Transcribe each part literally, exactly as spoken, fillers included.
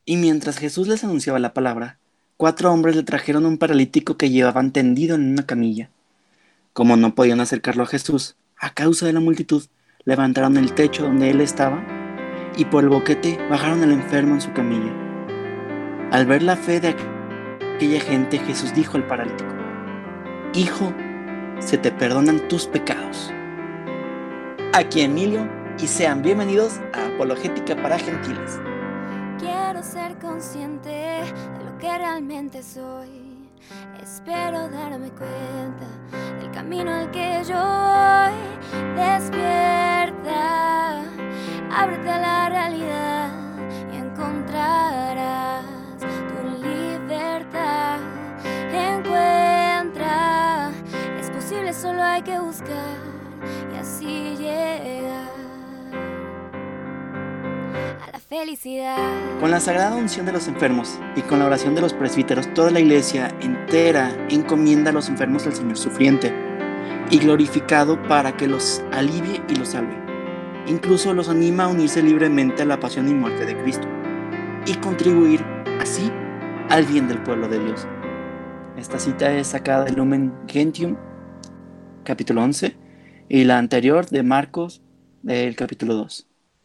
Y mientras Jesús les anunciaba la palabra, cuatro hombres le trajeron un paralítico que llevaban tendido en una camilla. Como no podían acercarlo a Jesús, a causa de la multitud, levantaron el techo donde él estaba y por el boquete bajaron al enfermo en su camilla. Al ver la fe de aquella gente, Jesús dijo al paralítico: Hijo, se te perdonan tus pecados. Aquí Emilio y sean bienvenidos a Apologética para Gentiles. Quiero ser consciente de lo que realmente soy. Espero darme cuenta del camino al que yo voy. Despierta, ábrete a la realidad y encontrarás tu libertad. Encuentra, es posible, solo hay que buscar y así llegar a la felicidad. Con la sagrada unción de los enfermos y con la oración de los presbíteros, toda la iglesia entera encomienda a los enfermos al Señor sufriente y glorificado para que los alivie y los salve. Incluso los anima a unirse libremente a la pasión y muerte de Cristo y contribuir así al bien del pueblo de Dios. Esta cita es sacada del Lumen Gentium, capítulo once, y la anterior de Marcos, del capítulo dos.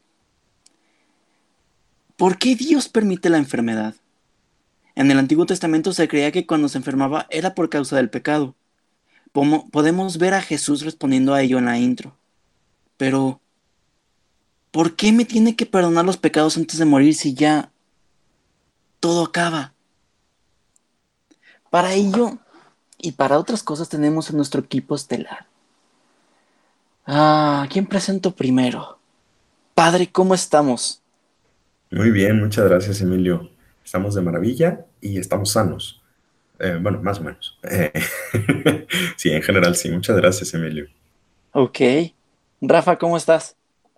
¿Por qué Dios permite la enfermedad? En el Antiguo Testamento se creía que cuando se enfermaba era por causa del pecado. Podemos ver a Jesús respondiendo a ello en la intro. Pero, ¿por qué me tiene que perdonar los pecados antes de morir si ya todo acaba? Para ello y para otras cosas tenemos a nuestro equipo estelar. Ah, ¿quién presento primero? Padre, ¿cómo estamos? Muy bien, muchas gracias, Emilio. Estamos de maravilla y estamos sanos. Eh, bueno, más o menos. Eh, sí, en general, sí. Muchas gracias, Emilio. Ok. Rafa, ¿cómo estás?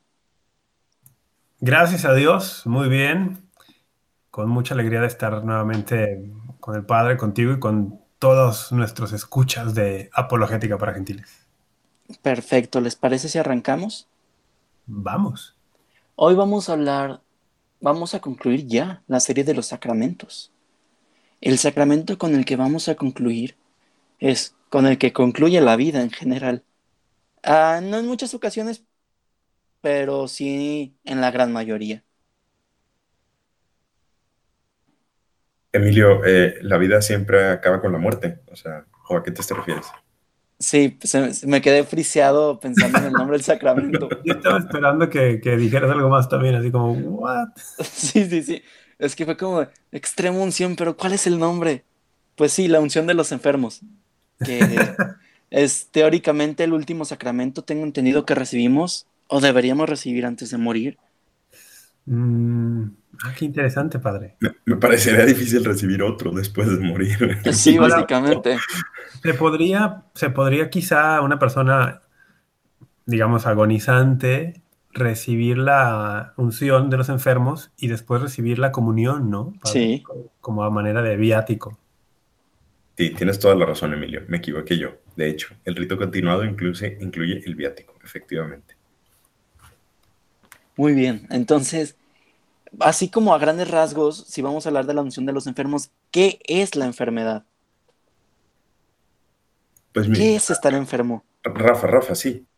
Gracias a Dios, muy bien. Con mucha alegría de estar nuevamente con el Padre, contigo y con todos nuestros escuchas de Apologética para Gentiles. Perfecto, ¿les parece si arrancamos? Vamos. Hoy vamos a hablar, vamos a concluir ya la serie de los sacramentos. El sacramento con el que vamos a concluir es con el que concluye la vida en general. Ah, no en muchas ocasiones, pero sí en la gran mayoría. Emilio, eh, la vida siempre acaba con la muerte. O sea, ¿o a qué te refieres? Sí, se, se me quedé friseado pensando en el nombre del sacramento. Yo estaba esperando que, que dijeras algo más también, así como, ¿what? Sí, sí, sí. Es que fue como extrema unción, pero ¿cuál es el nombre? Pues sí, la unción de los enfermos, que es teóricamente el último sacramento, tengo entendido que recibimos o deberíamos recibir antes de morir. Mm, ah, qué interesante, padre. Me, me parecería difícil recibir otro después de morir. Sí, Ahora, básicamente. se podría, se podría quizá una persona, digamos, agonizante, recibir la unción de los enfermos y después recibir la comunión, ¿no, padre? Sí. Como a manera de viático. Sí, tienes toda la razón, Emilio. Me equivoqué yo. De hecho, el rito continuado incluye, incluye el viático, efectivamente. Muy bien. Entonces, así como a grandes rasgos, si vamos a hablar de la unción de los enfermos, ¿qué es la enfermedad? Pues ¿Qué mira, es estar enfermo? Rafa, Rafa, sí.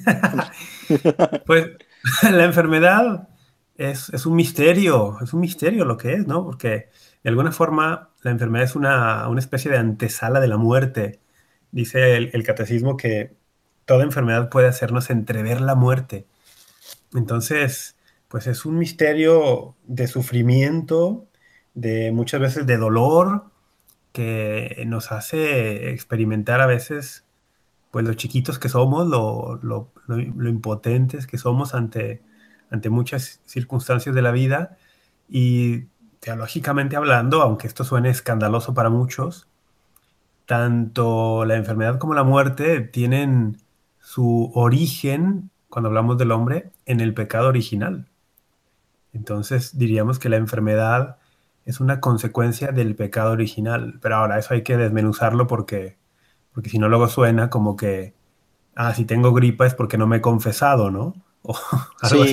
Pues la enfermedad es, es un misterio, es un misterio lo que es, ¿no? Porque de alguna forma la enfermedad es una, una especie de antesala de la muerte. Dice el, el catecismo que toda enfermedad puede hacernos entrever la muerte. Entonces, pues es un misterio de sufrimiento, de muchas veces de dolor, que nos hace experimentar a veces pues lo chiquitos que somos, lo, lo, lo, lo impotentes que somos ante, ante muchas circunstancias de la vida. Y teológicamente hablando, aunque esto suene escandaloso para muchos, tanto la enfermedad como la muerte tienen su origen, cuando hablamos del hombre, en el pecado original. Entonces diríamos que la enfermedad es una consecuencia del pecado original. Pero ahora eso hay que desmenuzarlo porque, porque si no luego suena como que, ah, si tengo gripa es porque no me he confesado, ¿no? O algo Sí, así.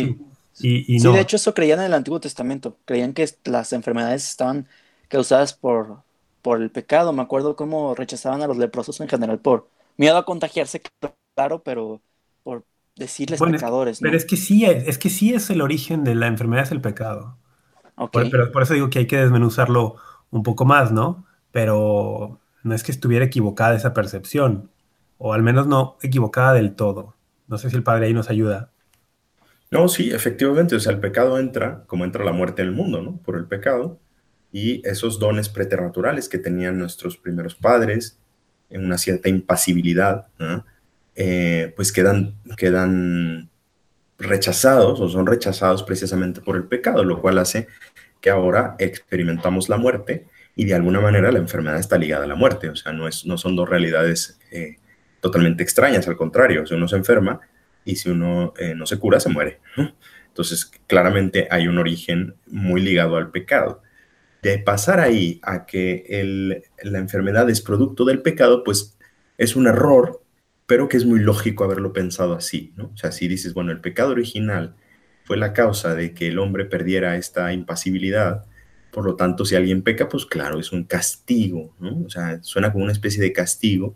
Y, y Sí, de no. hecho eso creían en el Antiguo Testamento. Creían que las enfermedades estaban causadas por, por el pecado. Me acuerdo cómo rechazaban a los leprosos en general por miedo a contagiarse, claro, pero por decirles Bueno, es que- pecadores, pero ¿no? es que sí es, es que sí es el origen de la enfermedad, es el pecado. Ok. Por- pero por eso digo que hay que desmenuzarlo un poco más, ¿no? Pero no es que estuviera equivocada esa percepción, o al menos no equivocada del todo. No sé si el padre ahí nos ayuda. No, sí, efectivamente, o sea, el pecado entra, como entra la muerte en el mundo, ¿no? Por el pecado, y esos dones preternaturales que tenían nuestros primeros padres, en una cierta impasibilidad, ¿no? Eh, pues quedan, quedan rechazados o son rechazados precisamente por el pecado, lo cual hace que ahora experimentamos la muerte y de alguna manera la enfermedad está ligada a la muerte, o sea, no, es, no son dos realidades eh, totalmente extrañas, al contrario, si uno se enferma y si uno eh, no se cura, se muere, ¿no? Entonces, claramente hay un origen muy ligado al pecado. De pasar ahí a que el, la enfermedad es producto del pecado, pues es un error, pero que es muy lógico haberlo pensado así, ¿no? O sea, si dices, bueno, el pecado original fue la causa de que el hombre perdiera esta impasibilidad, por lo tanto, si alguien peca, pues claro, es un castigo, ¿no? O sea, suena como una especie de castigo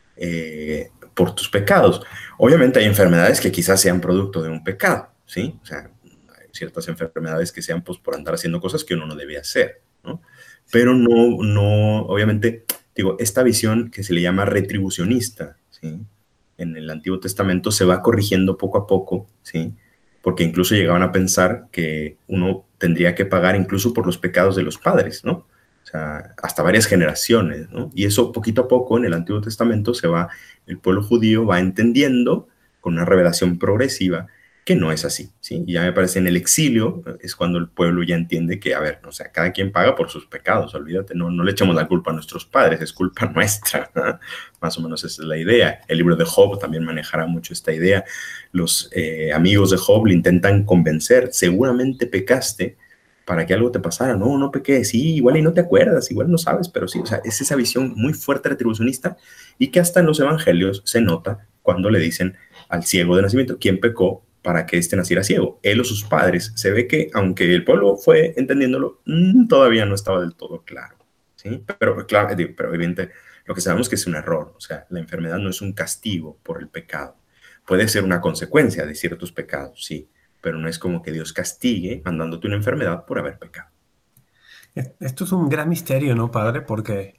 eh, por tus pecados. Obviamente hay enfermedades que quizás sean producto de un pecado, ¿sí? O sea, hay ciertas enfermedades que sean pues por andar haciendo cosas que uno no debe hacer, ¿no? Pero no, no, obviamente, digo, esta visión que se le llama retribucionista, ¿sí? En el Antiguo Testamento se va corrigiendo poco a poco, ¿sí? Porque incluso llegaban a pensar que uno tendría que pagar incluso por los pecados de los padres, ¿no? O sea, hasta varias generaciones, ¿no? Y eso poquito a poco en el Antiguo Testamento se va, el pueblo judío va entendiendo con una revelación progresiva que no es así, ¿sí? Y ya me parece en el exilio es cuando el pueblo ya entiende que, a ver, o sea, cada quien paga por sus pecados, olvídate, no, no le echamos la culpa a nuestros padres, es culpa nuestra, ¿no? Más o menos esa es la idea. El libro de Job también manejará mucho esta idea. Los eh, amigos de Job le intentan convencer, seguramente pecaste para que algo te pasara. No, no pequé, sí, igual y no te acuerdas, igual no sabes, pero sí, o sea, es esa visión muy fuerte retribucionista y que hasta en los evangelios se nota cuando le dicen al ciego de nacimiento, ¿quién pecó para que éste naciera ciego? Él o sus padres. Se ve que, aunque el pueblo fue entendiéndolo, mmm, todavía no estaba del todo claro, ¿sí? Pero, claro, pero evidente, lo que sabemos que es un error, o sea, la enfermedad no es un castigo por el pecado. Puede ser una consecuencia de ciertos pecados, sí, pero no es como que Dios castigue mandándote una enfermedad por haber pecado. Esto es un gran misterio, ¿no, padre? Porque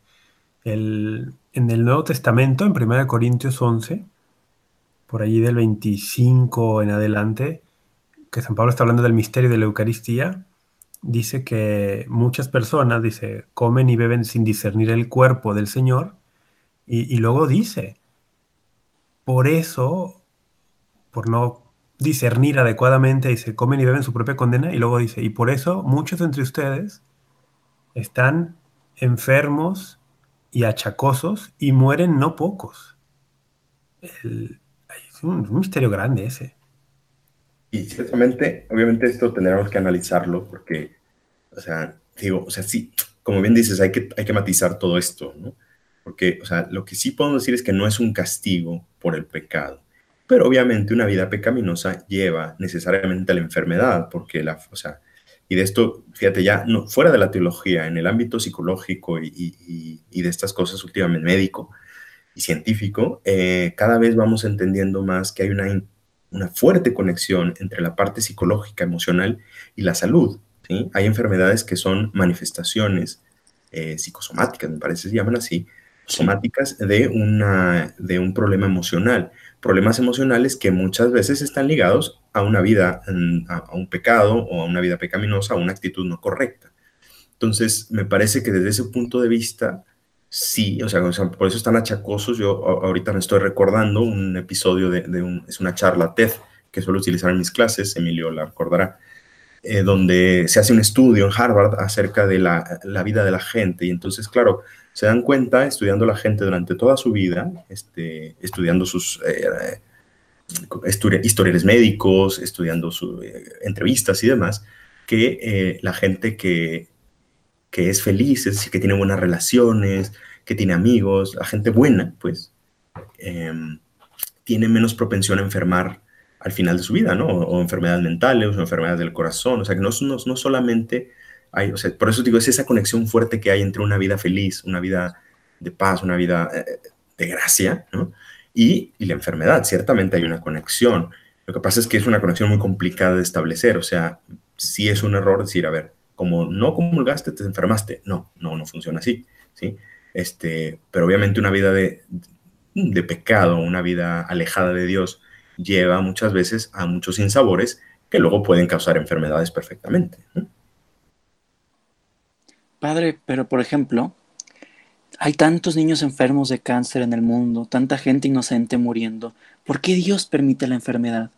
el, en el Nuevo Testamento, en primera de Corintios once, por allí del veinticinco en adelante, que San Pablo está hablando del misterio de la Eucaristía, dice que muchas personas, dice, comen y beben sin discernir el cuerpo del Señor, y, y luego dice, por eso, por no discernir adecuadamente, dice, comen y beben su propia condena, y luego dice, y por eso muchos entre ustedes están enfermos y achacosos y mueren no pocos. El- es un, un misterio grande ese. Y ciertamente, obviamente esto tendremos que analizarlo porque, o sea, digo, o sea, sí, como bien dices, hay que, hay que matizar todo esto, ¿no? Porque, o sea, lo que sí podemos decir es que no es un castigo por el pecado, pero obviamente una vida pecaminosa lleva necesariamente a la enfermedad, porque la, o sea, y de esto, fíjate, ya no, fuera de la teología, en el ámbito psicológico y, y, y de estas cosas últimamente médico y científico, eh, cada vez vamos entendiendo más que hay una, una fuerte conexión entre la parte psicológica, emocional y la salud, ¿sí? Hay enfermedades que son manifestaciones eh, psicosomáticas, me parece que se llaman así, Sí. somáticas de, una, de un problema emocional. Problemas emocionales que muchas veces están ligados a una vida, a, a un pecado o a una vida pecaminosa, a una actitud no correcta. Entonces, me parece que desde ese punto de vista, sí, o sea, o sea, por eso están achacosos. Yo a- ahorita me estoy recordando un episodio de, de un, es una charla TED que suelo utilizar en mis clases, Emilio la recordará, eh, donde se hace un estudio en Harvard acerca de la, la vida de la gente. Y entonces, claro, se dan cuenta, estudiando a la gente durante toda su vida, este, estudiando sus eh, estu- historiales médicos, estudiando sus eh, entrevistas y demás, que eh, la gente que que es feliz, es decir, que tiene buenas relaciones, que tiene amigos, la gente buena, pues, eh, tiene menos propensión a enfermar al final de su vida, ¿no? O, o enfermedades mentales o enfermedades del corazón. O sea, que no, no, no solamente hay, o sea, por eso digo, es esa conexión fuerte que hay entre una vida feliz, una vida de paz, una vida eh, de gracia, ¿no? Y, y la enfermedad. Ciertamente hay una conexión. Lo que pasa es que es una conexión muy complicada de establecer. O sea, sí es un error decir, a ver, como no comulgaste, te enfermaste. No, no, no funciona así, ¿sí? Este, pero obviamente una vida de, de pecado, una vida alejada de Dios, lleva muchas veces a muchos sinsabores que luego pueden causar enfermedades perfectamente, ¿no? Padre, pero por ejemplo, hay tantos niños enfermos de cáncer en el mundo, tanta gente inocente muriendo. ¿Por qué Dios permite la enfermedad?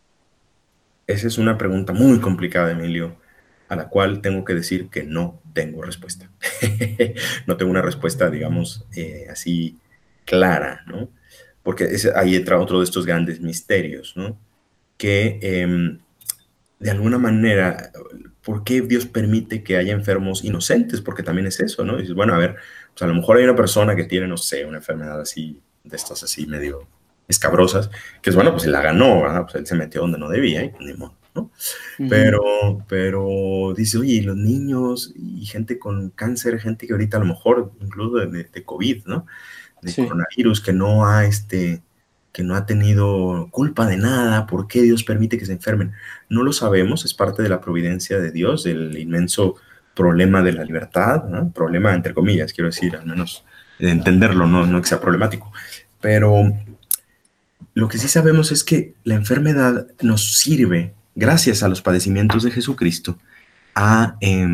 Esa es una pregunta muy complicada, Emilio, a la cual tengo que decir que no tengo respuesta. No tengo una respuesta, digamos, eh, así clara, ¿no? Porque es, ahí entra otro de estos grandes misterios, ¿no? Que eh, de alguna manera, ¿por qué Dios permite que haya enfermos inocentes? Porque también es eso, ¿no? Dices, bueno, a ver, pues a lo mejor hay una persona que tiene, no sé, una enfermedad así, de estas así medio escabrosas, que es bueno, pues él la ganó, ¿verdad? Pues él se metió donde no debía y pues ni modo, ¿no? Ujú. Pero, pero dice, oye, y los niños y gente con cáncer, gente que ahorita a lo mejor, incluso de, de, de COVID, ¿no? De Sí. coronavirus, que no ha, este, que no ha tenido culpa de nada, ¿por qué Dios permite que se enfermen? No lo sabemos, es parte de la providencia de Dios, del inmenso problema de la libertad, ¿no? Problema entre comillas, quiero decir, al menos de entenderlo, no, no que sea problemático. Pero lo que sí sabemos es que la enfermedad nos sirve, gracias a los padecimientos de Jesucristo, a, eh,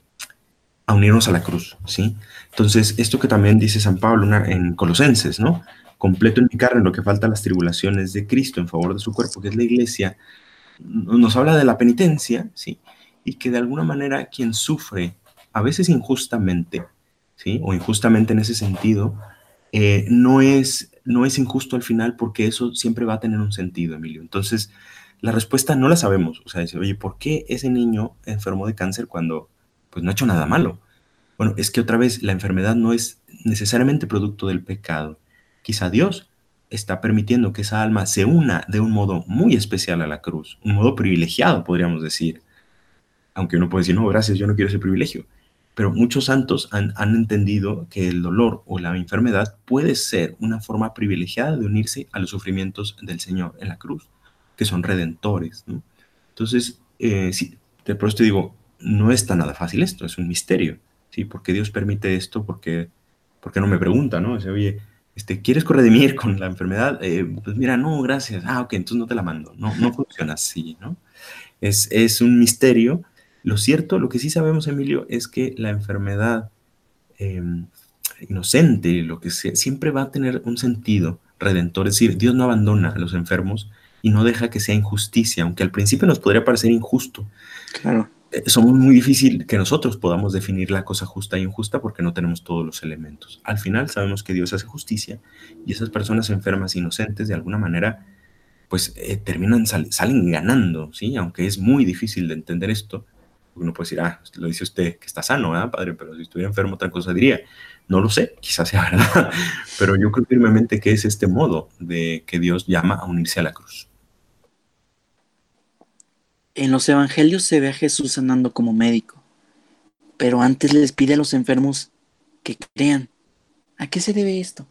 a unirnos a la cruz, ¿sí? Entonces, esto que también dice San Pablo una, en Colosenses, ¿no? Completo en mi carne lo que falta las tribulaciones de Cristo en favor de su cuerpo, que es la iglesia, nos habla de la penitencia, ¿sí? Y que de alguna manera quien sufre, a veces injustamente, ¿sí? O injustamente en ese sentido, eh, no, es, no es injusto al final porque eso siempre va a tener un sentido, Emilio. Entonces, la respuesta no la sabemos. O sea, dice, oye, ¿por qué ese niño enfermó de cáncer cuando pues no ha hecho nada malo? Bueno, es que otra vez la enfermedad no es necesariamente producto del pecado. Quizá Dios está permitiendo que esa alma se una de un modo muy especial a la cruz, un modo privilegiado, podríamos decir. Aunque uno puede decir, no, gracias, yo no quiero ese privilegio. Pero muchos santos han, han entendido que el dolor o la enfermedad puede ser una forma privilegiada de unirse a los sufrimientos del Señor en la cruz, que son redentores, ¿no? Entonces, eh, sí, de pronto te digo, no está nada fácil esto, es un misterio, ¿sí? ¿Por qué Dios permite esto? ¿Por qué, por qué no me pregunta, no? Dice, oye, este, ¿quieres corredimir con la enfermedad? Eh, pues mira, no, gracias. Ah, ok, entonces no te la mando. No, no funciona así, ¿no? Es, es un misterio. Lo cierto, lo que sí sabemos, Emilio, es que la enfermedad eh, inocente, lo que sea, siempre va a tener un sentido redentor. Es decir, Dios no abandona a los enfermos y no deja que sea injusticia, aunque al principio nos podría parecer injusto. Claro. Eh, somos muy difícil que nosotros podamos definir la cosa justa e injusta porque no tenemos todos los elementos. Al final sabemos que Dios hace justicia y esas personas enfermas inocentes de alguna manera pues eh, terminan, sal, salen ganando, ¿sí? Aunque es muy difícil de entender esto, porque uno puede decir, ah, lo dice usted que está sano, ¿verdad, padre? Pero si estuviera enfermo, otra cosa diría. No lo sé, quizás sea verdad, pero yo creo firmemente que es este modo de que Dios llama a unirse a la cruz. En los evangelios se ve a Jesús sanando como médico, pero antes les pide a los enfermos que crean. ¿A qué se debe esto?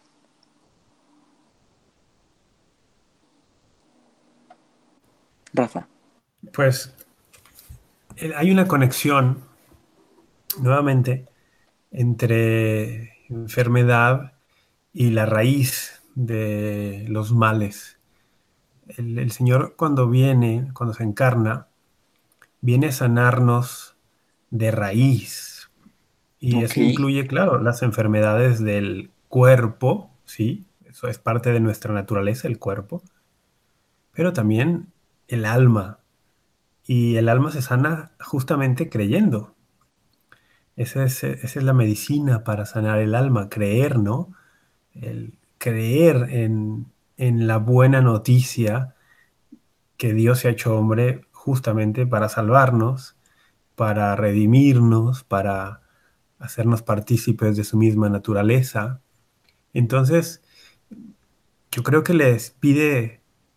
Rafa. Pues eh, hay una conexión, nuevamente, entre enfermedad y la raíz de los males. El, el Señor cuando viene, cuando se encarna, viene a sanarnos de raíz. Y Ok, eso incluye, claro, las enfermedades del cuerpo, ¿sí? Eso es parte de nuestra naturaleza, el cuerpo, pero también el alma. Y el alma se sana justamente creyendo. Esa es, esa es la medicina para sanar el alma, creer, ¿no? El creer en, en la buena noticia que Dios se ha hecho hombre justamente para salvarnos, para redimirnos, para hacernos partícipes de su misma naturaleza. Entonces, yo creo que les pide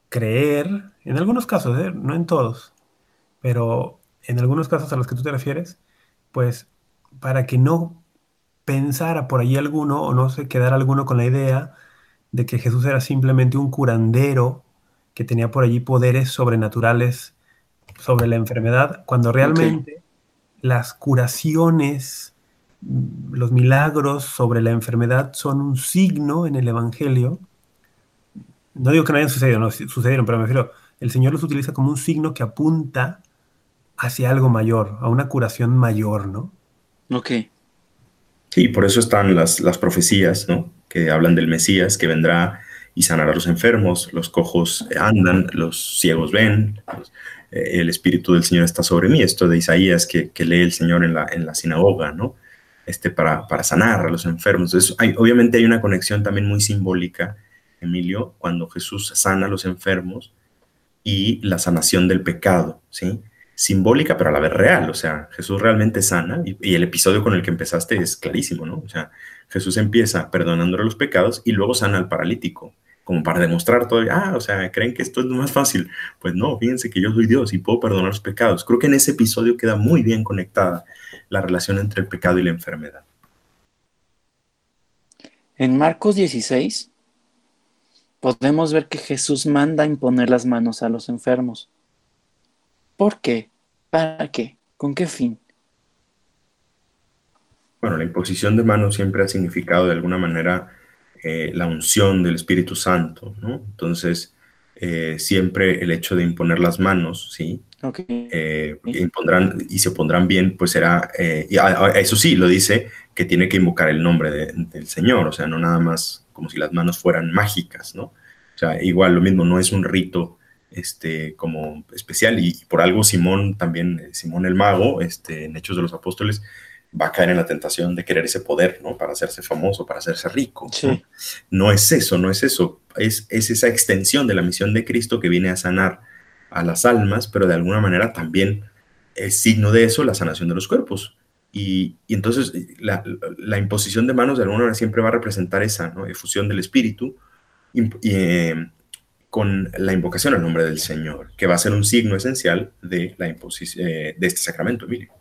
creer, en algunos casos, ¿eh? No en todos, pero en algunos casos a los que tú te refieres, pues para que no pensara por allí alguno o no se quedara alguno con la idea de que Jesús era simplemente un curandero que tenía por allí poderes sobrenaturales sobre la enfermedad, cuando realmente okay. las curaciones, los milagros sobre la enfermedad son un signo en el Evangelio. No digo que no hayan sucedido, no sucedieron, pero me refiero, el Señor los utiliza como un signo que apunta hacia algo mayor, a una curación mayor, ¿no? Ok. Sí, por eso están las, las profecías, ¿no? Que hablan del Mesías que vendrá y sanará a los enfermos, los cojos andan, los ciegos ven, los, eh, el Espíritu del Señor está sobre mí. Esto de Isaías que, que lee el Señor en la, en la sinagoga, ¿no? Este, para, para sanar a los enfermos. Entonces, hay, obviamente hay una conexión también muy simbólica, Emilio, cuando Jesús sana a los enfermos y la sanación del pecado, ¿sí? Simbólica, pero a la vez real. O sea, Jesús realmente sana, y, y el episodio con el que empezaste es clarísimo, ¿no? O sea, Jesús empieza perdonándole los pecados y luego sana al paralítico, como para demostrar todo. Ah, o sea, ¿creen que esto es lo más fácil? Pues no, fíjense que yo soy Dios y puedo perdonar los pecados. Creo que en ese episodio queda muy bien conectada la relación entre el pecado y la enfermedad. En Marcos dieciséis podemos ver que Jesús manda imponer las manos a los enfermos. ¿Por qué? ¿Para qué? ¿Con qué fin? Bueno, la imposición de manos siempre ha significado de alguna manera eh, la unción del Espíritu Santo, ¿no? Entonces, eh, siempre el hecho de imponer las manos, ¿sí? Okay. Eh, impondrán y se pondrán bien, pues será, eh, y a, a, eso sí, lo dice, que tiene que invocar el nombre de, del Señor, o sea, no nada más como si las manos fueran mágicas, ¿no? O sea, igual lo mismo, no es un rito este, como especial, y, y por algo Simón también, Simón el Mago, este, en Hechos de los Apóstoles, va a caer en la tentación de querer ese poder, ¿no? Para hacerse famoso, para hacerse rico. Sí. ¿no? No es eso, no es eso. Es, es esa extensión de la misión de Cristo que viene a sanar a las almas, pero de alguna manera también es signo de eso la sanación de los cuerpos. Y, y entonces la, la imposición de manos de alguna manera siempre va a representar esa, ¿no? Efusión del Espíritu y, y, eh, con la invocación al nombre del Señor, que va a ser un signo esencial de, la imposición, eh, de este sacramento, Emilio.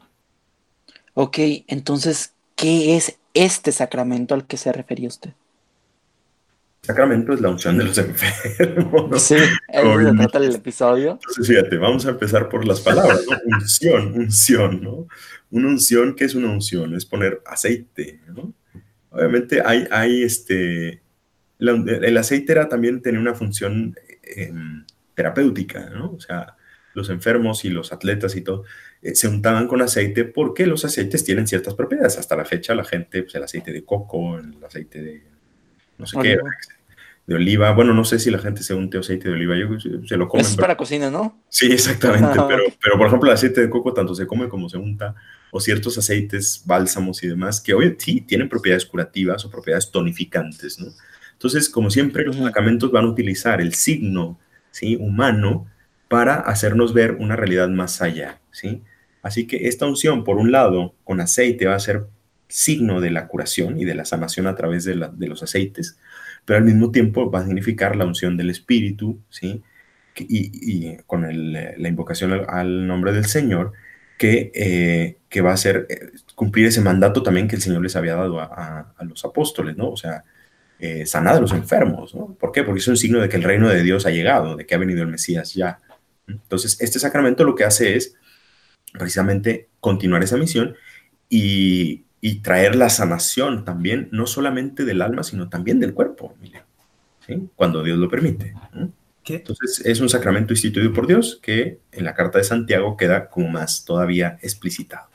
Ok, entonces, ¿qué es este sacramento al que se refería usted? Sacramento es la unción de los enfermos. Sí, eso se trata el episodio. Entonces, fíjate, vamos a empezar por las palabras, ¿no? Unción, unción, ¿no? Una unción, ¿qué es una unción? Es poner aceite, ¿no? Obviamente hay, hay este... La, el aceite era, también tenía una función eh, terapéutica, ¿no? O sea, los enfermos y los atletas y todo eh, se untaban con aceite porque los aceites tienen ciertas propiedades. Hasta la fecha la gente, pues el aceite de coco, el aceite de no sé oliva. qué, de oliva. Bueno, no sé si la gente se unte aceite de oliva, yo se lo comen. Es para cocina, ¿no? Sí, exactamente, pero, pero por ejemplo el aceite de coco tanto se come como se unta, o ciertos aceites, bálsamos y demás, que hoy sí tienen propiedades curativas o propiedades tonificantes, ¿no? Entonces, como siempre, los sacramentos van a utilizar el signo, ¿sí? humano para hacernos ver una realidad más allá, ¿sí? Así que esta unción, por un lado, con aceite va a ser signo de la curación y de la sanación a través de, la, de los aceites, pero al mismo tiempo va a significar la unción del Espíritu, ¿sí? Y, y con el, la invocación al, al nombre del Señor, que, eh, que va a ser eh, cumplir ese mandato también que el Señor les había dado a, a, a los apóstoles, ¿no? O sea, eh, sanad a los enfermos, ¿no? ¿Por qué? Porque es un signo de que el reino de Dios ha llegado, de que ha venido el Mesías ya. Entonces, este sacramento lo que hace es precisamente continuar esa misión y, y traer la sanación también, no solamente del alma, sino también del cuerpo, ¿sí? Cuando Dios lo permite, ¿no? ¿Qué? Entonces, es un sacramento instituido por Dios que en la Carta de Santiago queda como más todavía explicitado.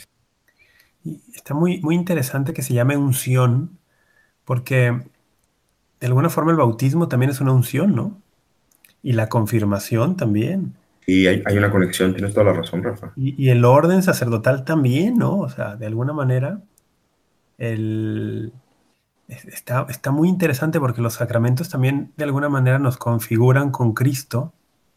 Y está muy, muy interesante que se llame unción, porque de alguna forma el bautismo también es una unción, ¿no? Y la confirmación también. Y hay, hay una conexión, tienes toda la razón, Rafa. Y, y el orden sacerdotal también, ¿no? O sea, de alguna manera, el... Está, está muy interesante porque los sacramentos también de alguna manera nos configuran con Cristo,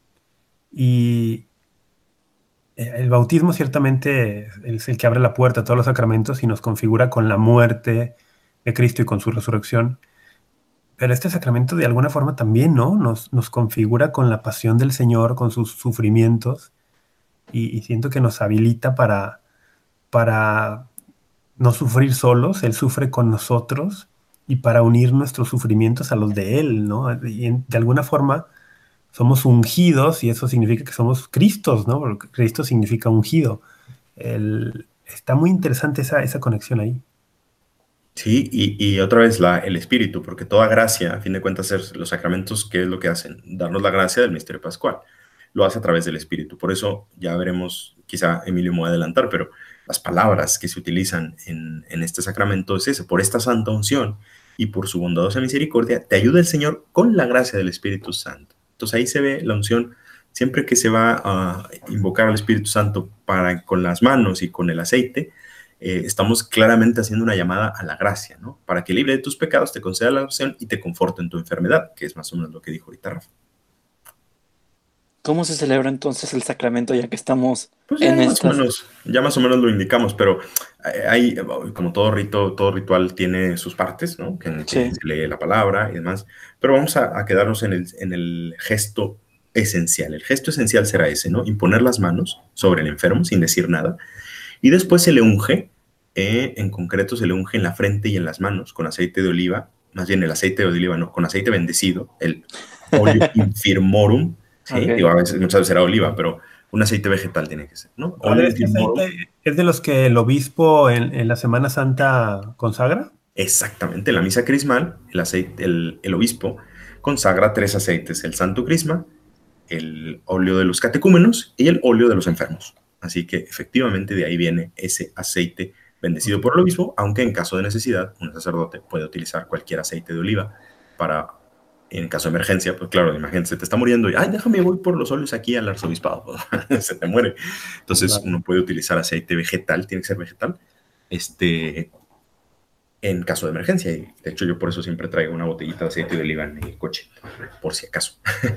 y el bautismo ciertamente es el que abre la puerta a todos los sacramentos y nos configura con la muerte de Cristo y con su resurrección. pero este sacramento de alguna forma también, ¿no? Nos, nos configura con la pasión del Señor, con sus sufrimientos, y, y siento que nos habilita para, para no sufrir solos. Él sufre con nosotros, y para unir nuestros sufrimientos a los de Él, ¿no? Y en- de alguna forma somos ungidos, y eso significa que somos Cristos, ¿no? Porque Cristo significa ungido. El- está muy interesante esa, esa conexión ahí. Sí, y, y otra vez la, el espíritu, porque toda gracia, a fin de cuentas, es- los sacramentos, ¿qué es lo que hacen? Darnos la gracia del misterio pascual. Lo hace a través del espíritu. Por eso ya veremos, quizá Emilio me va a adelantar, pero las palabras que se utilizan en, en este sacramento es ese: por esta santa unción y por su bondadosa misericordia, te ayuda el Señor con la gracia del Espíritu Santo. Entonces ahí se ve la unción. Siempre que se va a invocar al Espíritu Santo para, con las manos y con el aceite, eh, estamos claramente haciendo una llamada a la gracia, ¿no? Para que libre de tus pecados te conceda la oración y te conforte en tu enfermedad, que es más o menos lo que dijo ahorita Rafa. ¿Cómo se celebra entonces el sacramento ya que estamos Pues ya en más o estas? menos, ya más o menos lo indicamos, pero hay, como todo rito, todo ritual tiene sus partes, ¿no? Que, que Sí. se lee la palabra y demás, pero vamos a, a quedarnos en el, en el gesto esencial. El gesto esencial será ese, ¿no? Imponer las manos sobre el enfermo sin decir nada, y después se le unge, eh, en concreto se le unge en la frente y en las manos con aceite de oliva, más bien el aceite de oliva, no, con aceite bendecido, el oleo infirmorum, ¿sí? Digo, Ok. a veces, muchas veces será oliva, pero un aceite vegetal tiene que ser, ¿no? Padre, Oleo ¿este infirmorum, aceite es de los que el obispo en, en la Semana Santa consagra? exactamente, en la misa crismal, el, aceite, el, el obispo consagra tres aceites: el santo crisma, el óleo de los catecúmenos y el óleo de los enfermos. Así que efectivamente de ahí viene ese aceite bendecido por el obispo, aunque en caso de necesidad un sacerdote puede utilizar cualquier aceite de oliva para, en caso de emergencia, pues claro, imagínate, se te está muriendo y, ay, déjame, voy por los óleos aquí al arzobispado, se te muere. Entonces Claro. uno puede utilizar aceite vegetal, tiene que ser vegetal, este, en caso de emergencia. Y de hecho yo por eso siempre traigo una botellita de aceite de oliva en el coche, por si acaso.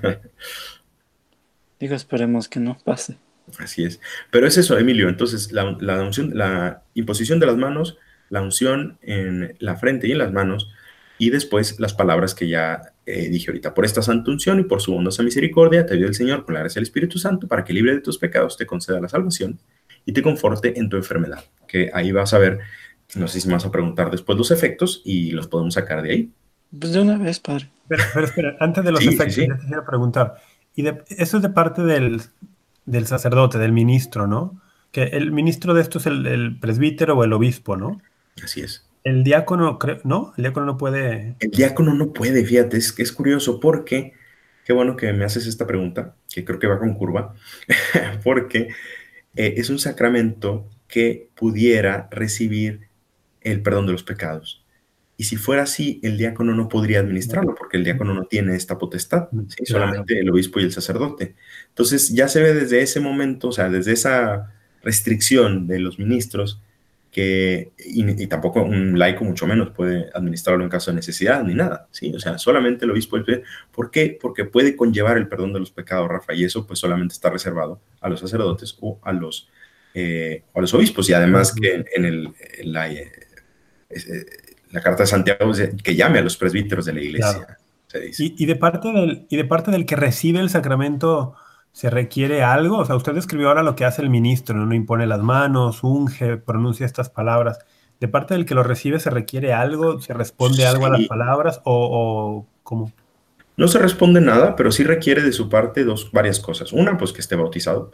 Digo, esperemos que no pase. Así es. Pero es eso, Emilio. Entonces, la, la unción, la imposición de las manos, la unción en la frente y en las manos, y después las palabras que ya eh, dije ahorita: por esta santa unción y por su bondosa misericordia, te ayuda el Señor con la gracia del Espíritu Santo, para que libre de tus pecados te conceda la salvación y te conforte en tu enfermedad. Que ahí vas a ver, no sé si me vas a preguntar después los efectos y los podemos sacar de ahí. Pues de una vez, padre. Pero, pero espera, antes de los Sí, sí, efectos, sí. yo quisiera preguntar, y de- eso es de parte del, del sacerdote, del ministro, ¿no? Que el ministro de esto es el, el presbítero o el obispo, ¿no? Así es. El diácono, creo, ¿no? El diácono no puede... El diácono no puede, fíjate, es, es curioso porque, qué bueno que me haces esta pregunta, que creo que va con curva, porque eh, es un sacramento que pudiera recibir el perdón de los pecados. Y si fuera así, el diácono no podría administrarlo, porque el diácono no tiene esta potestad, ¿sí? Claro. Solamente el obispo y el sacerdote. Entonces ya se ve desde ese momento, o sea, desde esa restricción de los ministros, que, y, y tampoco un laico mucho menos puede administrarlo en caso de necesidad ni nada, ¿sí? O sea, solamente el obispo. ¿Por qué? Porque puede conllevar el perdón de los pecados, Rafa, y eso pues solamente está reservado a los sacerdotes o a los, eh, o a los obispos, y además que en, en el, en la, eh, eh, la carta de Santiago dice que llame a los presbíteros de la iglesia, Claro. se dice. Y, y de parte del, y de parte del que recibe el sacramento, ¿se requiere algo? O sea, usted describió ahora lo que hace el ministro, ¿no? Impone las manos, unge, pronuncia estas palabras. ¿De parte del que lo recibe se requiere algo? ¿Se responde algo a las Sí, palabras? ¿O, o cómo? no se responde nada, pero sí requiere de su parte dos, varias cosas. Una, pues que esté bautizado.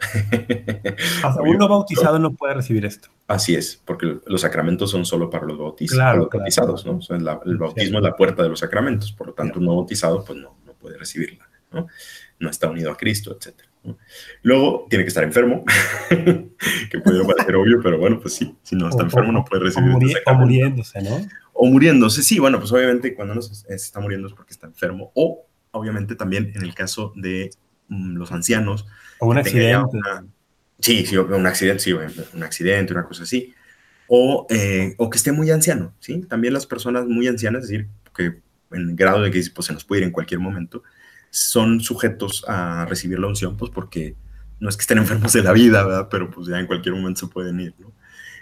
O sea, un Obvio, no ¿no? bautizado no puede recibir esto. Así es, porque los sacramentos son solo para los, bautiz para Claro, los claro. bautizados, ¿no? O sea, la, el bautismo Cierto. es la puerta de los sacramentos, por lo tanto, un Cierto. no bautizado, pues no, no puede recibirla, ¿no? No está unido a Cristo, etcétera, ¿no? Luego, tiene que estar enfermo, que puede parecer obvio, pero bueno, pues sí, si no está O, enfermo o- no puede o recibir este muri- o sacramento. muriéndose, ¿no? O muriéndose, sí, bueno, pues obviamente cuando uno se, se está muriendo es porque está enfermo, o obviamente también en el caso de mm, los ancianos, O un que tenga ya accidente. una, sí, sí, un accidente, sí, un accidente, una cosa así, o, eh, o que esté muy anciano, ¿sí? También las personas muy ancianas, es decir, que en grado de que pues, se nos puede ir en cualquier momento, son sujetos a recibir la unción, pues porque no es que estén enfermos de la vida, ¿verdad? Pero pues ya en cualquier momento se pueden ir, ¿no?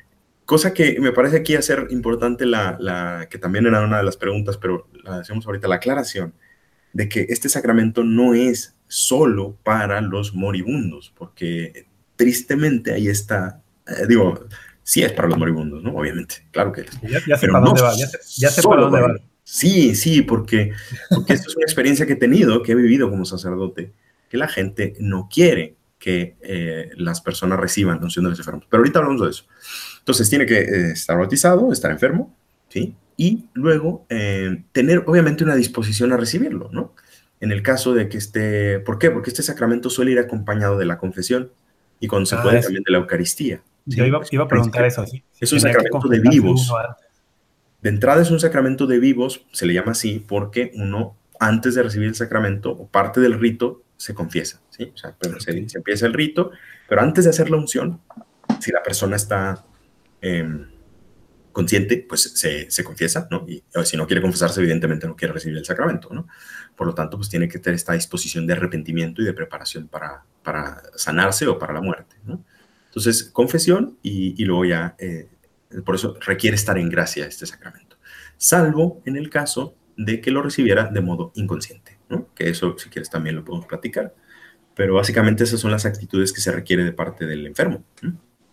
cosa que me parece aquí hacer importante, la, la, que también era una de las preguntas, pero la hacemos ahorita, la aclaración de que este sacramento no es solo para los moribundos, porque tristemente ahí está, eh, digo, sí es para los moribundos, ¿no? Obviamente, claro que es. Ya, ya sé pero para no dónde va, ya sé, ya sé para dónde va. Sí, sí, porque, porque esto es una experiencia que he tenido, que he vivido como sacerdote, que la gente no quiere que eh, las personas reciban la unción de los enfermos. Pero ahorita hablamos de eso. Entonces tiene que eh, estar bautizado, estar enfermo, ¿sí? Y luego eh, tener obviamente una disposición a recibirlo, ¿no? En el caso de que esté... ¿Por qué? Porque este sacramento suele ir acompañado de la confesión y cuando se Ah, puede es, también de la Eucaristía. ¿Sí? yo iba, iba a preguntar eso. ¿Sí? Es un Tenía que sacramento de confesarse vivos. uno antes. De entrada es un sacramento de vivos, se le llama así porque uno, antes de recibir el sacramento, o parte del rito, se confiesa, ¿sí? O sea, pero Okay. se, se empieza el rito, pero antes de hacer la unción, si la persona está eh, consciente, pues se, se confiesa, ¿no? Y o si no quiere confesarse, evidentemente no quiere recibir el sacramento, ¿no? Por lo tanto, pues tiene que tener esta disposición de arrepentimiento y de preparación para, para sanarse o para la muerte, ¿no? Entonces, confesión y, y luego ya... Eh, por eso requiere estar en gracia este sacramento, salvo en el caso de que lo recibiera de modo inconsciente, ¿no? Que eso, si quieres, también lo podemos platicar. Pero básicamente esas son las actitudes que se requiere de parte del enfermo. ¿Mm?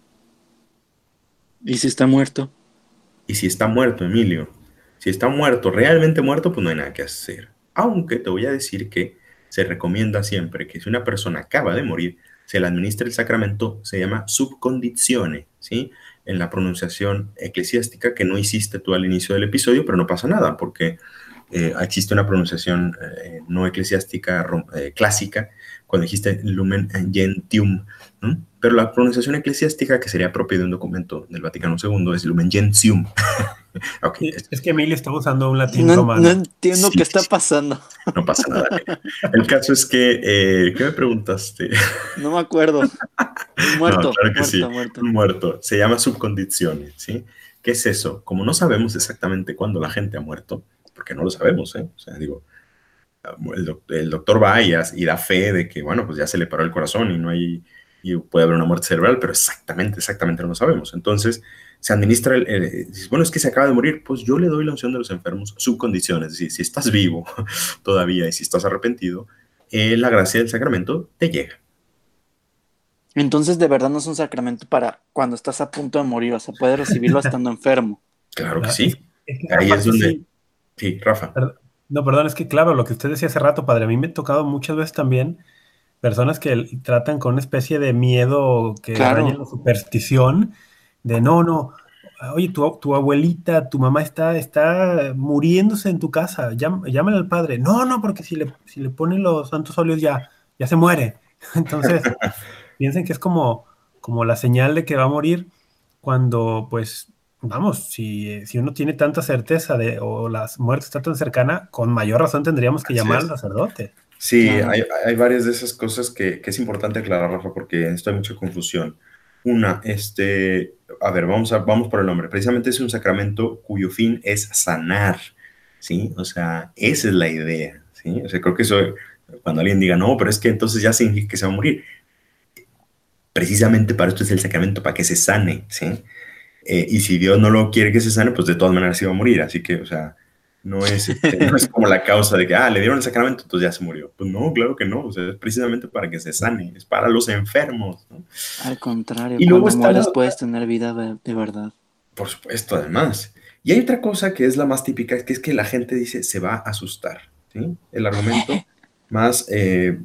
¿Y si está muerto? Y si está muerto, Emilio, si está muerto, realmente muerto, pues no hay nada que hacer. Aunque te voy a decir que se recomienda siempre que si una persona acaba de morir, se le administra el sacramento, se llama subcondizione, ¿sí? En la pronunciación eclesiástica que no hiciste tú al inicio del episodio, pero no pasa nada, porque eh, existe una pronunciación eh, no eclesiástica eh, clásica, cuando dijiste lumen gentium, ¿no? Pero la pronunciación eclesiástica, que sería propia de un documento del Vaticano segundo, es lumen gentium. Okay. Es, es que Emilio está usando un latín no, romano. No entiendo sí, qué está sí. pasando. No pasa nada. El caso es que, eh, ¿qué me preguntaste? No me acuerdo. Muerto, no, claro que muerto, sí. muerto. Muerto. Se llama subcondiciones, ¿sí? ¿Qué es eso? Como no sabemos exactamente cuándo la gente ha muerto, porque no lo sabemos, ¿eh? O sea, digo, el, doc el doctor va y, y da fe de que, bueno, pues ya se le paró el corazón y no hay, y puede haber una muerte cerebral, pero exactamente, exactamente no lo sabemos. Entonces, se administra, el, el, bueno, es que se acaba de morir, pues yo le doy la unción de los enfermos subcondiciones, es decir, si estás vivo todavía y si estás arrepentido, eh, la gracia del sacramento te llega. Entonces, de verdad no es un sacramento para cuando estás a punto de morir, o sea, puedes recibirlo estando enfermo. Claro que No, sí. Es, es que Ahí es donde... Sí, sí, Rafa. Perdón, no, perdón, es que claro, lo que usted decía hace rato, padre, a mí me ha tocado muchas veces también personas que tratan con una especie de miedo que Claro. raya en la superstición, de no, no, oye, tu, tu abuelita, tu mamá está, está muriéndose en tu casa, Llam, llámale al padre. No, no, porque si le, si le ponen los santos óleos ya, ya se muere. Entonces, piensen que es como, como la señal de que va a morir cuando, pues, vamos, si, si uno tiene tanta certeza de, o la muerte está tan cercana, con mayor razón tendríamos que llamar al sacerdote. Sí, Claro. hay, hay varias de esas cosas que, que es importante aclarar, Rafa, porque en esto hay mucha confusión. Una, este, a ver, vamos, a, vamos por el nombre. Precisamente es un sacramento cuyo fin es sanar, ¿sí? O sea, esa es la idea, ¿sí? O sea, creo que eso, cuando alguien diga, no, pero es que entonces ya significa que se va a morir. Precisamente para esto es el sacramento, para que se sane, ¿sí? Eh, y si Dios no lo quiere que se sane, pues de todas maneras se va a morir. Así que, o sea, no es, este, no es como la causa de que, ah, le dieron el sacramento, entonces ya se murió. Pues no, claro que no. O sea, es precisamente para que se sane, es para los enfermos, ¿no? Al contrario, y cuando luego mueres la... puedes tener vida de, de verdad. Por supuesto, además. Y hay otra cosa que es la más típica, que es que la gente dice, se va a asustar, ¿sí? El argumento más... Eh,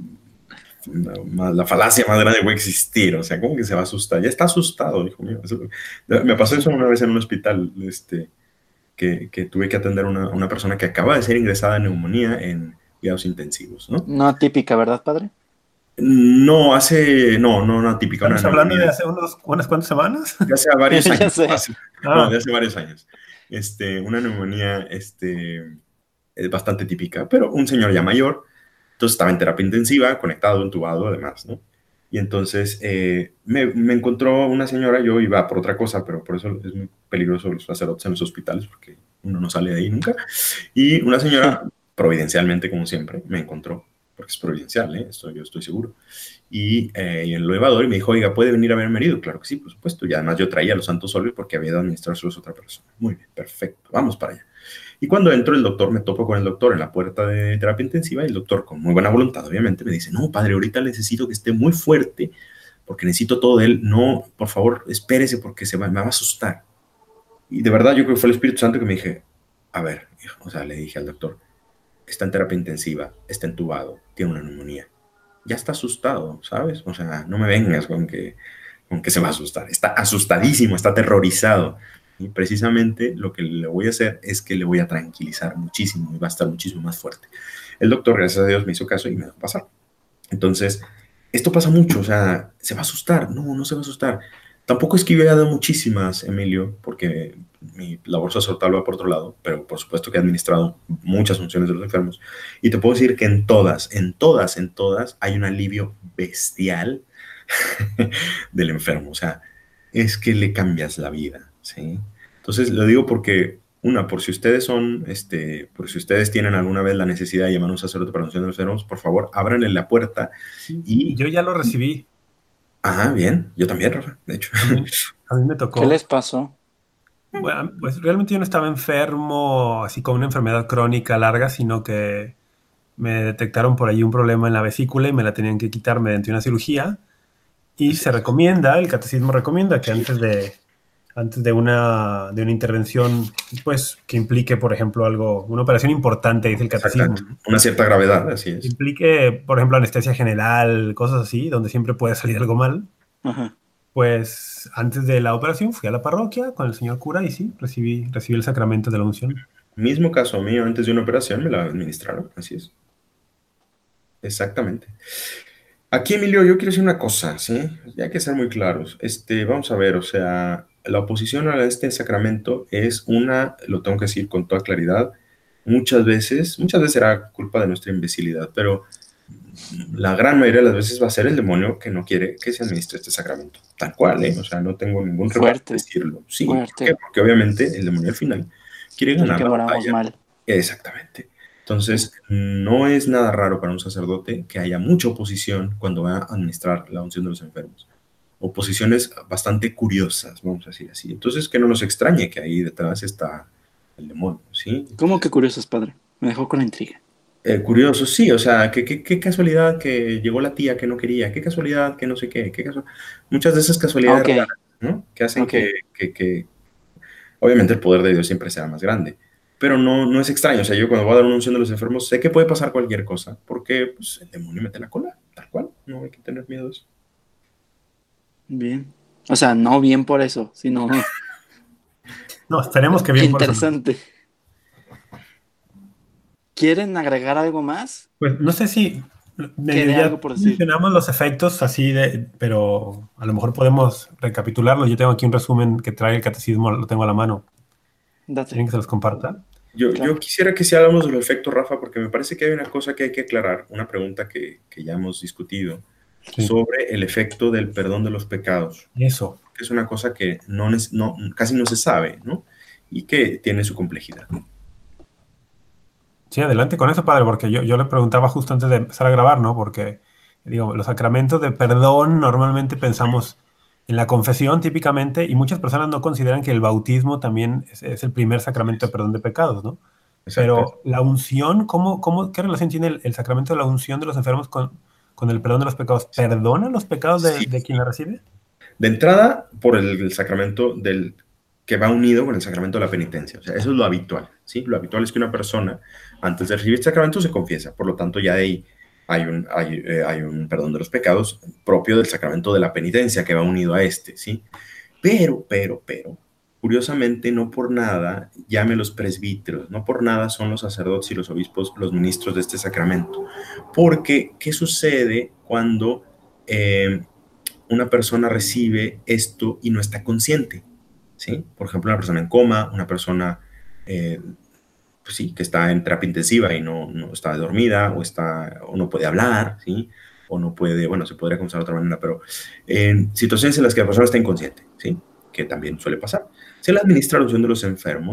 la falacia más grande puede existir, o sea, ¿cómo que se va a asustar? Ya está asustado, hijo mío. Eso, me pasó eso una vez en un hospital, este, que, que tuve que atender a una, una persona que acaba de ser ingresada en neumonía en cuidados intensivos, ¿no? No típica, ¿verdad, padre? No, hace, no, no, no típica. ¿Estamos una hablando neumonía. de hace unos, unas cuantas semanas? De hace varios Ya años. sé. Hace, Ah. No, de hace varios años. Este, una neumonía, este, es bastante típica, pero un señor ya mayor, entonces estaba en terapia intensiva, conectado, entubado, además, ¿no? Y entonces eh, me, me encontró una señora, yo iba por otra cosa, pero por eso es muy peligroso los sacerdotes en los hospitales, porque uno no sale de ahí nunca. Y una señora, providencialmente, como siempre, me encontró porque es providencial, ¿eh? Esto yo estoy seguro. Y, eh, y en el elevador y me dijo, oiga, ¿puede venir a ver a mi marido? Claro que sí, por supuesto. Y además yo traía los santos óleos porque había de administrárselos a otra persona. Muy bien, perfecto, vamos para allá. Y cuando entro, el doctor, me topo con el doctor en la puerta de terapia intensiva y el doctor, con muy buena voluntad, obviamente, me dice, no, padre, ahorita necesito que esté muy fuerte porque necesito todo de él. No, por favor, espérese porque se va, me va a asustar. Y de verdad yo creo que fue el Espíritu Santo que me dije, a ver, hijo, o sea, le dije al doctor, está en terapia intensiva, está entubado, tiene una neumonía. Ya está asustado, ¿sabes? O sea, no me vengas con que, con que se va a asustar. Está asustadísimo, está aterrorizado. Y precisamente lo que le voy a hacer es que le voy a tranquilizar muchísimo y va a estar muchísimo más fuerte. El doctor, gracias a Dios, me hizo caso y me dejó pasar. Entonces, esto pasa mucho, o sea, ¿se va a asustar? No, no se va a asustar. Tampoco es que yo haya dado muchísimas, Emilio, porque mi labor sacerdotal va por otro lado, pero por supuesto que he administrado muchas funciones de los enfermos. Y te puedo decir que en todas, en todas, en todas, hay un alivio bestial del enfermo. O sea, es que le cambias la vida, ¿sí? Entonces, lo digo porque, una, por si ustedes son, este, por si ustedes tienen alguna vez la necesidad de llamar a un sacerdote para la unción de los enfermos, por favor, ábranle la puerta. Y yo ya lo recibí. Ajá, bien. Yo también, Rafa, de hecho. A mí me tocó. ¿Qué les pasó? Bueno, pues realmente yo no estaba enfermo, así con una enfermedad crónica larga, sino que me detectaron por ahí un problema en la vesícula y me la tenían que quitar mediante una cirugía. Y se recomienda, el catecismo recomienda que antes de, antes de, una, de una intervención, pues, que implique, por ejemplo, algo, una operación importante, dice el catecismo. Una cierta gravedad, así es. Implique, por ejemplo, anestesia general, cosas así, donde siempre puede salir algo mal. Ajá. Pues antes de la operación fui a la parroquia con el señor cura y sí, recibí, recibí el sacramento de la unción. Mismo caso mío, antes de una operación me la administraron, así es. Exactamente. Aquí, Emilio, yo quiero decir una cosa, ¿sí? Ya hay que ser muy claros. Este, vamos a ver, o sea, la oposición a este sacramento es una, lo tengo que decir con toda claridad, muchas veces, muchas veces será culpa de nuestra imbecilidad, pero la gran mayoría de las veces va a ser el demonio que no quiere que se administre este sacramento. Tal cual, ¿eh? O sea, no tengo ningún reparo de decirlo. Sí, ¿por qué? Porque obviamente el demonio al final quiere ganar la batalla. Mal. Exactamente. Entonces, no es nada raro para un sacerdote que haya mucha oposición cuando va a administrar la unción de los enfermos. Oposiciones bastante curiosas, vamos a decir así. Entonces, que no nos extrañe que ahí detrás está el demonio, ¿sí? ¿Cómo que curiosos, padre? Me dejó con la intriga. Eh, curioso, sí, o sea, qué que, que casualidad que llegó la tía que no quería, qué casualidad que no sé qué, qué casu... muchas de esas casualidades okay. raras, ¿no? Que hacen okay. que, que, que, obviamente el poder de Dios siempre será más grande, pero no, no es extraño, o sea, yo cuando voy a dar una unción de los enfermos sé que puede pasar cualquier cosa, porque pues, el demonio mete la cola, tal cual, no hay que tener miedo de eso. Bien, o sea, no bien por eso, sino... no, esperemos que bien interesante. Por eso. ¿Quieren agregar algo más? Pues no sé si medio ya algo por decir. Mencionamos los efectos así de, pero a lo mejor podemos recapitularlo. Yo tengo aquí un resumen que trae el catecismo, lo tengo a la mano. Date. ¿Quieren que se los comparta? Yo, claro. yo quisiera que si hablamos de los efectos, Rafa, porque me parece que hay una cosa que hay que aclarar, una pregunta que, que ya hemos discutido, sí. sobre el efecto del perdón de los pecados. Eso. Que es una cosa que no, no, casi no se sabe, ¿no? Y que tiene su complejidad. Sí, adelante con eso, padre, porque yo, yo le preguntaba justo antes de empezar a grabar, ¿no? Porque, digo, los sacramentos de perdón normalmente pensamos en la confesión típicamente y muchas personas no consideran que el bautismo también es, es el primer sacramento de perdón de pecados, ¿no? Exacto. Pero la unción, ¿cómo, cómo, ¿qué relación tiene el, el sacramento de la unción de los enfermos con, con el perdón de los pecados? ¿Perdona los pecados de, sí. de quien la recibe? De entrada, por el, el sacramento del que va unido con el sacramento de la penitencia. O sea, eso es lo habitual, ¿sí? Lo habitual es que una persona, antes de recibir este sacramento, se confiesa. Por lo tanto, ya de ahí hay un, hay, eh, hay un perdón de los pecados propio del sacramento de la penitencia que va unido a este, ¿sí? Pero, pero, pero, curiosamente, no por nada, llame los presbíteros, no por nada son los sacerdotes y los obispos los ministros de este sacramento. Porque, ¿qué sucede cuando eh, una persona recibe esto y no está consciente? ¿Sí? Por ejemplo, una persona en coma, una persona eh, pues sí, que está en terapia intensiva y no, no está dormida o, está, o no puede hablar, ¿sí? O no puede, bueno, se podría comenzar de otra manera, pero en situaciones en las que la persona está inconsciente, ¿sí? Que también suele pasar. Se le administra la unción de los enfermos,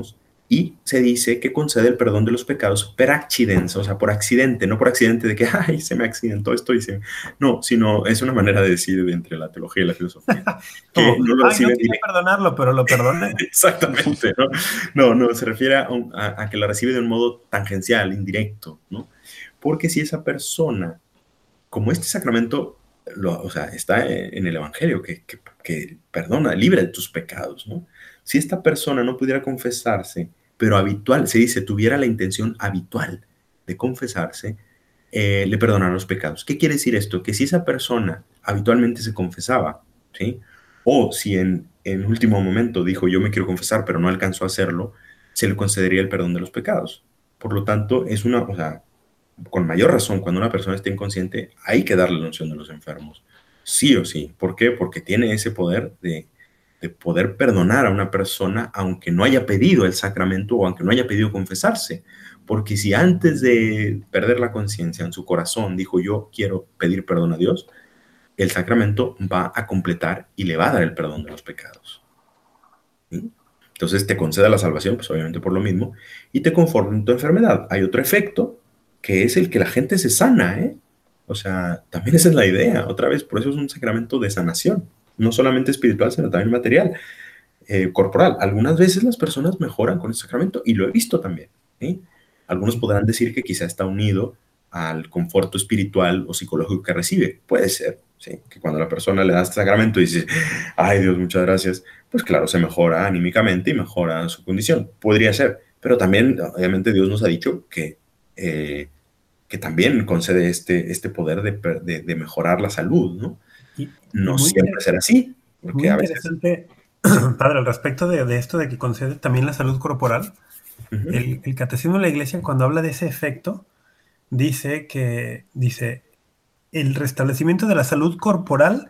y se dice que concede el perdón de los pecados per accidens, o sea, por accidente, no por accidente de que, ay, se me accidentó esto y se... No, sino es una manera de decir entre la teología y la filosofía. Que Como, no lo ay, no recibe quería perdonarlo, pero lo perdoné. Exactamente, ¿no? No, no, se refiere a, un- a- a que la recibe de un modo tangencial, indirecto, ¿no? Porque si esa persona, como este sacramento, lo- o sea, está en el Evangelio, que, que- que perdona, libre de tus pecados, ¿no? Si esta persona no pudiera confesarse, pero habitual, se dice, tuviera la intención habitual de confesarse, eh, le perdonan los pecados. ¿Qué quiere decir esto? Que si esa persona habitualmente se confesaba, ¿sí? O si en, en último momento dijo, yo me quiero confesar, pero no alcanzó a hacerlo, se le concedería el perdón de los pecados. Por lo tanto, es una, o sea, con mayor razón, cuando una persona está inconsciente, hay que darle la unción de los enfermos. Sí o sí. ¿Por qué? Porque tiene ese poder de, de poder perdonar a una persona aunque no haya pedido el sacramento o aunque no haya pedido confesarse. Porque si antes de perder la conciencia en su corazón dijo yo quiero pedir perdón a Dios, el sacramento va a completar y le va a dar el perdón de los pecados. ¿Sí? Entonces te concede la salvación, pues obviamente por lo mismo, y te conforta en tu enfermedad. Hay otro efecto, que es el que la gente se sana, ¿eh? O sea, también esa es la idea. Otra vez, por eso es un sacramento de sanación, no solamente espiritual, sino también material, eh, corporal. Algunas veces las personas mejoran con el sacramento, y lo he visto también, ¿sí? Algunos podrán decir que quizá está unido al conforto espiritual o psicológico que recibe. Puede ser, ¿sí? Que cuando la persona le da este sacramento y dice, ay Dios, muchas gracias, pues claro, se mejora anímicamente y mejora su condición. Podría ser, pero también, obviamente, Dios nos ha dicho que, eh, que también concede este, este poder de, de, de mejorar la salud, ¿no? Y, y No muy, siempre será así, muy porque a veces... interesante, Sí. padre, al respecto de, de esto de que concede también la salud corporal. Uh-huh. El, el Catecismo de la Iglesia, cuando habla de ese efecto, dice que, dice, el restablecimiento de la salud corporal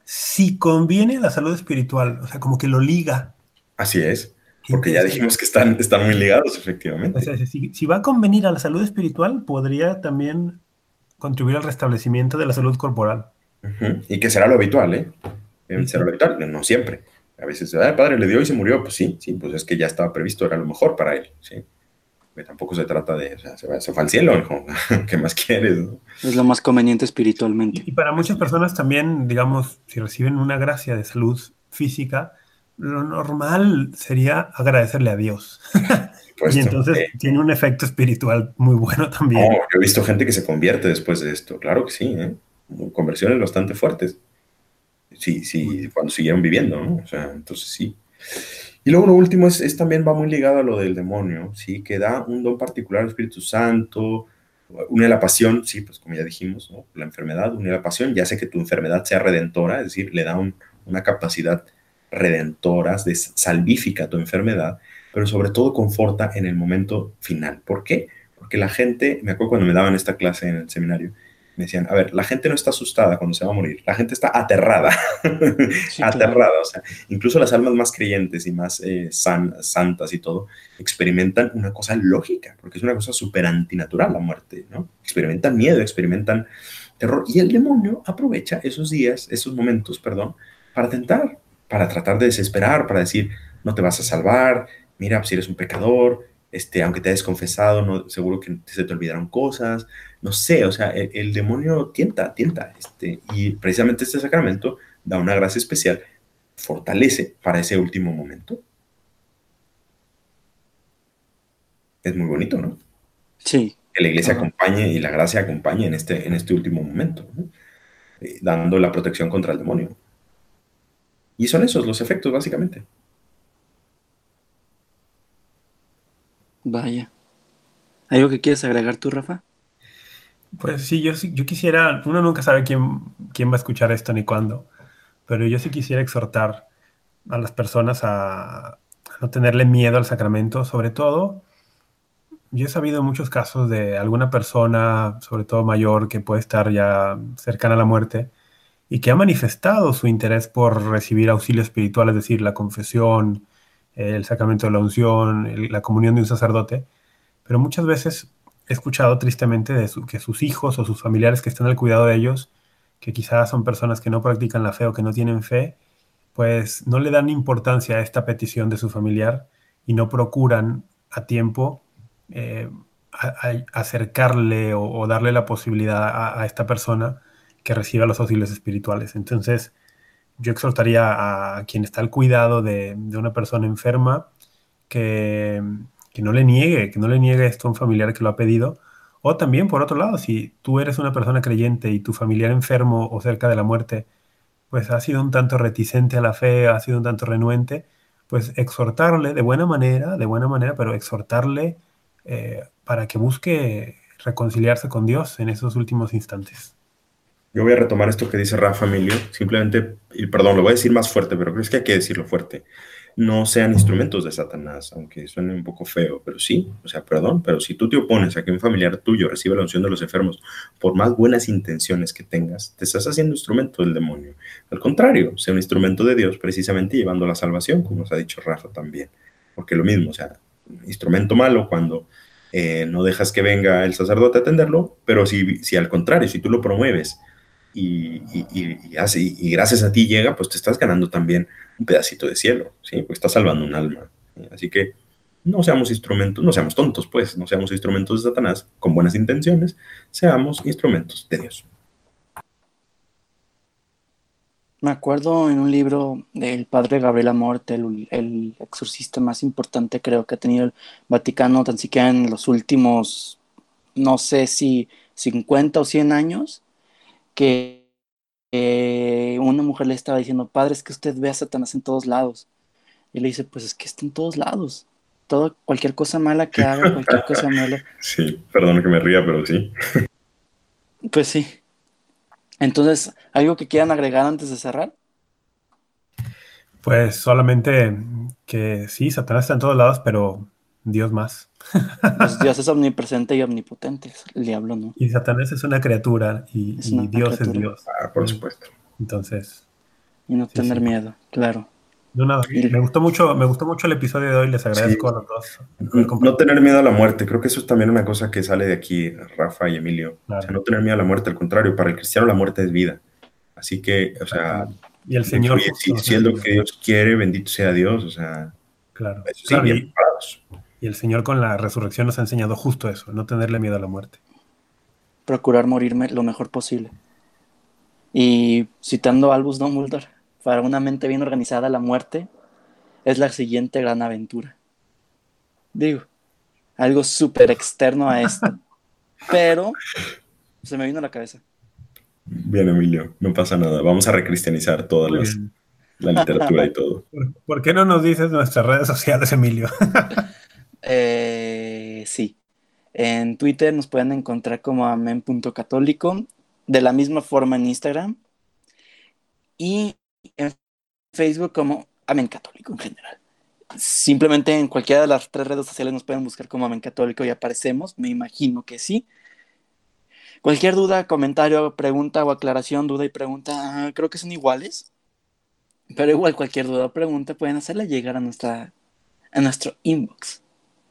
si conviene a la salud espiritual, o sea, como que lo liga. Así es, Qué porque ya interesante. dijimos que están, están muy ligados, O efectivamente. sea, si, si va a convenir a la salud espiritual, podría también contribuir al restablecimiento de la salud corporal. Uh-huh. Y que será lo habitual, ¿eh? Sí, Será sí. lo habitual, no siempre. A veces, ah, el padre le dio y se murió. Pues sí, sí, pues es que ya estaba previsto, era lo mejor para él, ¿sí? Que tampoco se trata de, o sea, se, va, se fue al cielo, ¿no? ¿Qué más quieres, no? Es lo más conveniente Y, espiritualmente. y para muchas personas también, digamos, si reciben una gracia de salud física, lo normal sería agradecerle a Dios. Y Puesto. entonces Eh, tiene un efecto espiritual muy bueno no, también. yo he visto gente que se convierte después de esto, claro que sí, ¿eh? Conversiones bastante fuertes. Sí, sí, cuando siguieron viviendo, ¿no? O sea, entonces sí. Y luego lo último es, es también va muy ligado a lo del demonio, ¿sí? Que da un don particular al Espíritu Santo, une la pasión, sí, pues como ya dijimos, ¿no? La enfermedad une la pasión, ya sé que tu enfermedad sea redentora, es decir, le da un, una capacidad redentora, de salvífica a tu enfermedad, pero sobre todo conforta en el momento final. ¿Por qué? Porque la gente, me acuerdo cuando me daban esta clase en el seminario, me decían, a ver, la gente no está asustada cuando se va a morir, la gente está aterrada, Sí, claro. aterrada, o sea, incluso las almas más creyentes y más eh, san, santas y todo, experimentan una cosa lógica, porque es una cosa súper antinatural la muerte, ¿no? Experimentan miedo, experimentan terror, y el demonio aprovecha esos días, esos momentos, perdón, para tentar, para tratar de desesperar, para decir, no te vas a salvar, mira, pues si eres un pecador, este, aunque te hayas confesado, no, seguro que se te olvidaron cosas, no sé, o sea, el, el demonio tienta, tienta, este, y precisamente este sacramento da una gracia especial, fortalece para ese último momento. Es muy bonito, ¿no? Sí. Que la iglesia Ajá. acompañe y la gracia acompañe en este, en este último momento, ¿no? Eh, dando la protección contra el demonio. Y son esos los efectos, básicamente. Vaya. ¿Algo que quieres agregar tú, Rafa? Pues sí, yo, sí- yo quisiera, uno nunca sabe quién, quién va a escuchar esto ni cuándo, pero yo sí quisiera exhortar a las personas a, a no tenerle miedo al sacramento, sobre todo. Yo he sabido muchos casos de alguna persona, sobre todo mayor, que puede estar ya cercana a la muerte y que ha manifestado su interés por recibir auxilio espiritual, es decir, la confesión, el sacramento de la unción, el- la comunión de un sacerdote, pero muchas veces he escuchado tristemente de su- que sus hijos o sus familiares que están al cuidado de ellos, que quizás son personas que no practican la fe o que no tienen fe, pues no le dan importancia a esta petición de su familiar y no procuran a tiempo, eh, a, a acercarle o, o darle la posibilidad a, a esta persona que reciba los auxilios espirituales. Entonces, yo exhortaría a quien está al cuidado de, de una persona enferma que, que no le niegue, que no le niegue esto a un familiar que lo ha pedido. O también, por otro lado, si tú eres una persona creyente y tu familiar enfermo o cerca de la muerte, pues ha sido un tanto reticente a la fe, ha sido un tanto renuente, pues exhortarle de buena manera, de buena manera, pero exhortarle eh, para que busque reconciliarse con Dios en esos últimos instantes. Yo voy a retomar esto que dice Rafa, Emilio, simplemente, y perdón, lo voy a decir más fuerte, pero creo que hay que decirlo fuerte. No sean instrumentos de Satanás, aunque suene un poco feo, pero sí, o sea, perdón, pero si tú te opones a que un familiar tuyo reciba la unción de los enfermos, por más buenas intenciones que tengas, te estás haciendo instrumento del demonio. Al contrario, sea un instrumento de Dios, precisamente llevando la salvación, como nos ha dicho Rafa también. Porque lo mismo, o sea, instrumento malo cuando eh, no dejas que venga el sacerdote a atenderlo, pero si, si al contrario, si tú lo promueves, Y, y, y, hace, y, gracias a ti llega, pues te estás ganando también un pedacito de cielo, ¿sí? Pues estás salvando un alma. ¿Sí? Así que no seamos instrumentos, no seamos tontos, pues, no seamos instrumentos de Satanás con buenas intenciones, seamos instrumentos de Dios. Me acuerdo en un libro del padre Gabriel Amort, el, el exorcista más importante creo que ha tenido el Vaticano, tan siquiera en los últimos, no sé si cincuenta o cien años, que eh, una mujer le estaba diciendo, padre, es que usted ve a Satanás en todos lados. Y le dice, pues es que está en todos lados. Todo, cualquier cosa mala que haga, cualquier cosa mala. Sí, perdón que me ría, pero sí. Pues sí. Entonces, ¿algo que quieran agregar antes de cerrar? Pues solamente que sí, Satanás está en todos lados, pero Dios más. Pues Dios es omnipresente y omnipotente, el diablo no. Y Satanás es una criatura y, Es y una Dios criatura. es Dios. Ah, por supuesto. Entonces. Y no sí, tener sí. miedo, claro. No, nada. Y- Me gustó mucho, me gustó mucho el episodio de hoy, les agradezco Sí. a los dos. No tener miedo a la muerte, creo que eso es también una cosa que sale de aquí, Rafa y Emilio. Claro. O sea, no tener miedo a la muerte, al contrario, para el cristiano la muerte es vida. Así que, o sea, y el Señor oye, justo si, nos si es lo enseñó. que Dios quiere, bendito sea Dios, o sea, Claro, eso sí, claro, bien y, preparados. y el Señor con la resurrección nos ha enseñado justo eso, no tenerle miedo a la muerte. procurar morirme lo mejor posible. Y citando a Albus Dumbledore, para una mente bien organizada, la muerte es la siguiente gran aventura. Digo, algo súper externo a esto, pero se me vino a la cabeza. Bien, Emilio, no pasa nada. Vamos a recristianizar toda Muy las, bien. la literatura y todo. ¿Por, por qué no nos dices nuestras redes sociales, Emilio? eh, sí. En Twitter nos pueden encontrar como amen punto católico, de la misma forma en Instagram, y en Facebook como Amen Católico en general. Simplemente en cualquiera de las tres redes sociales nos pueden buscar como Amen Católico y aparecemos, me imagino que sí. Cualquier duda, comentario, pregunta o aclaración, duda y pregunta, ah, creo que son iguales, pero igual cualquier duda o pregunta pueden hacerla llegar a, nuestra, a nuestro inbox.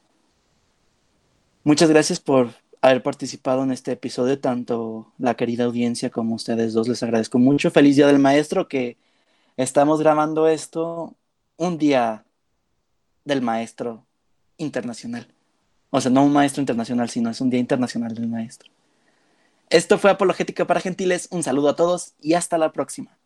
Muchas gracias por haber participado en este episodio, tanto la querida audiencia como ustedes dos, les agradezco mucho. Feliz Día del Maestro, que estamos grabando esto un día del maestro internacional. O sea, no un maestro internacional, sino es un día internacional del maestro. Esto fue Apologética para Gentiles, un saludo a todos y hasta la próxima.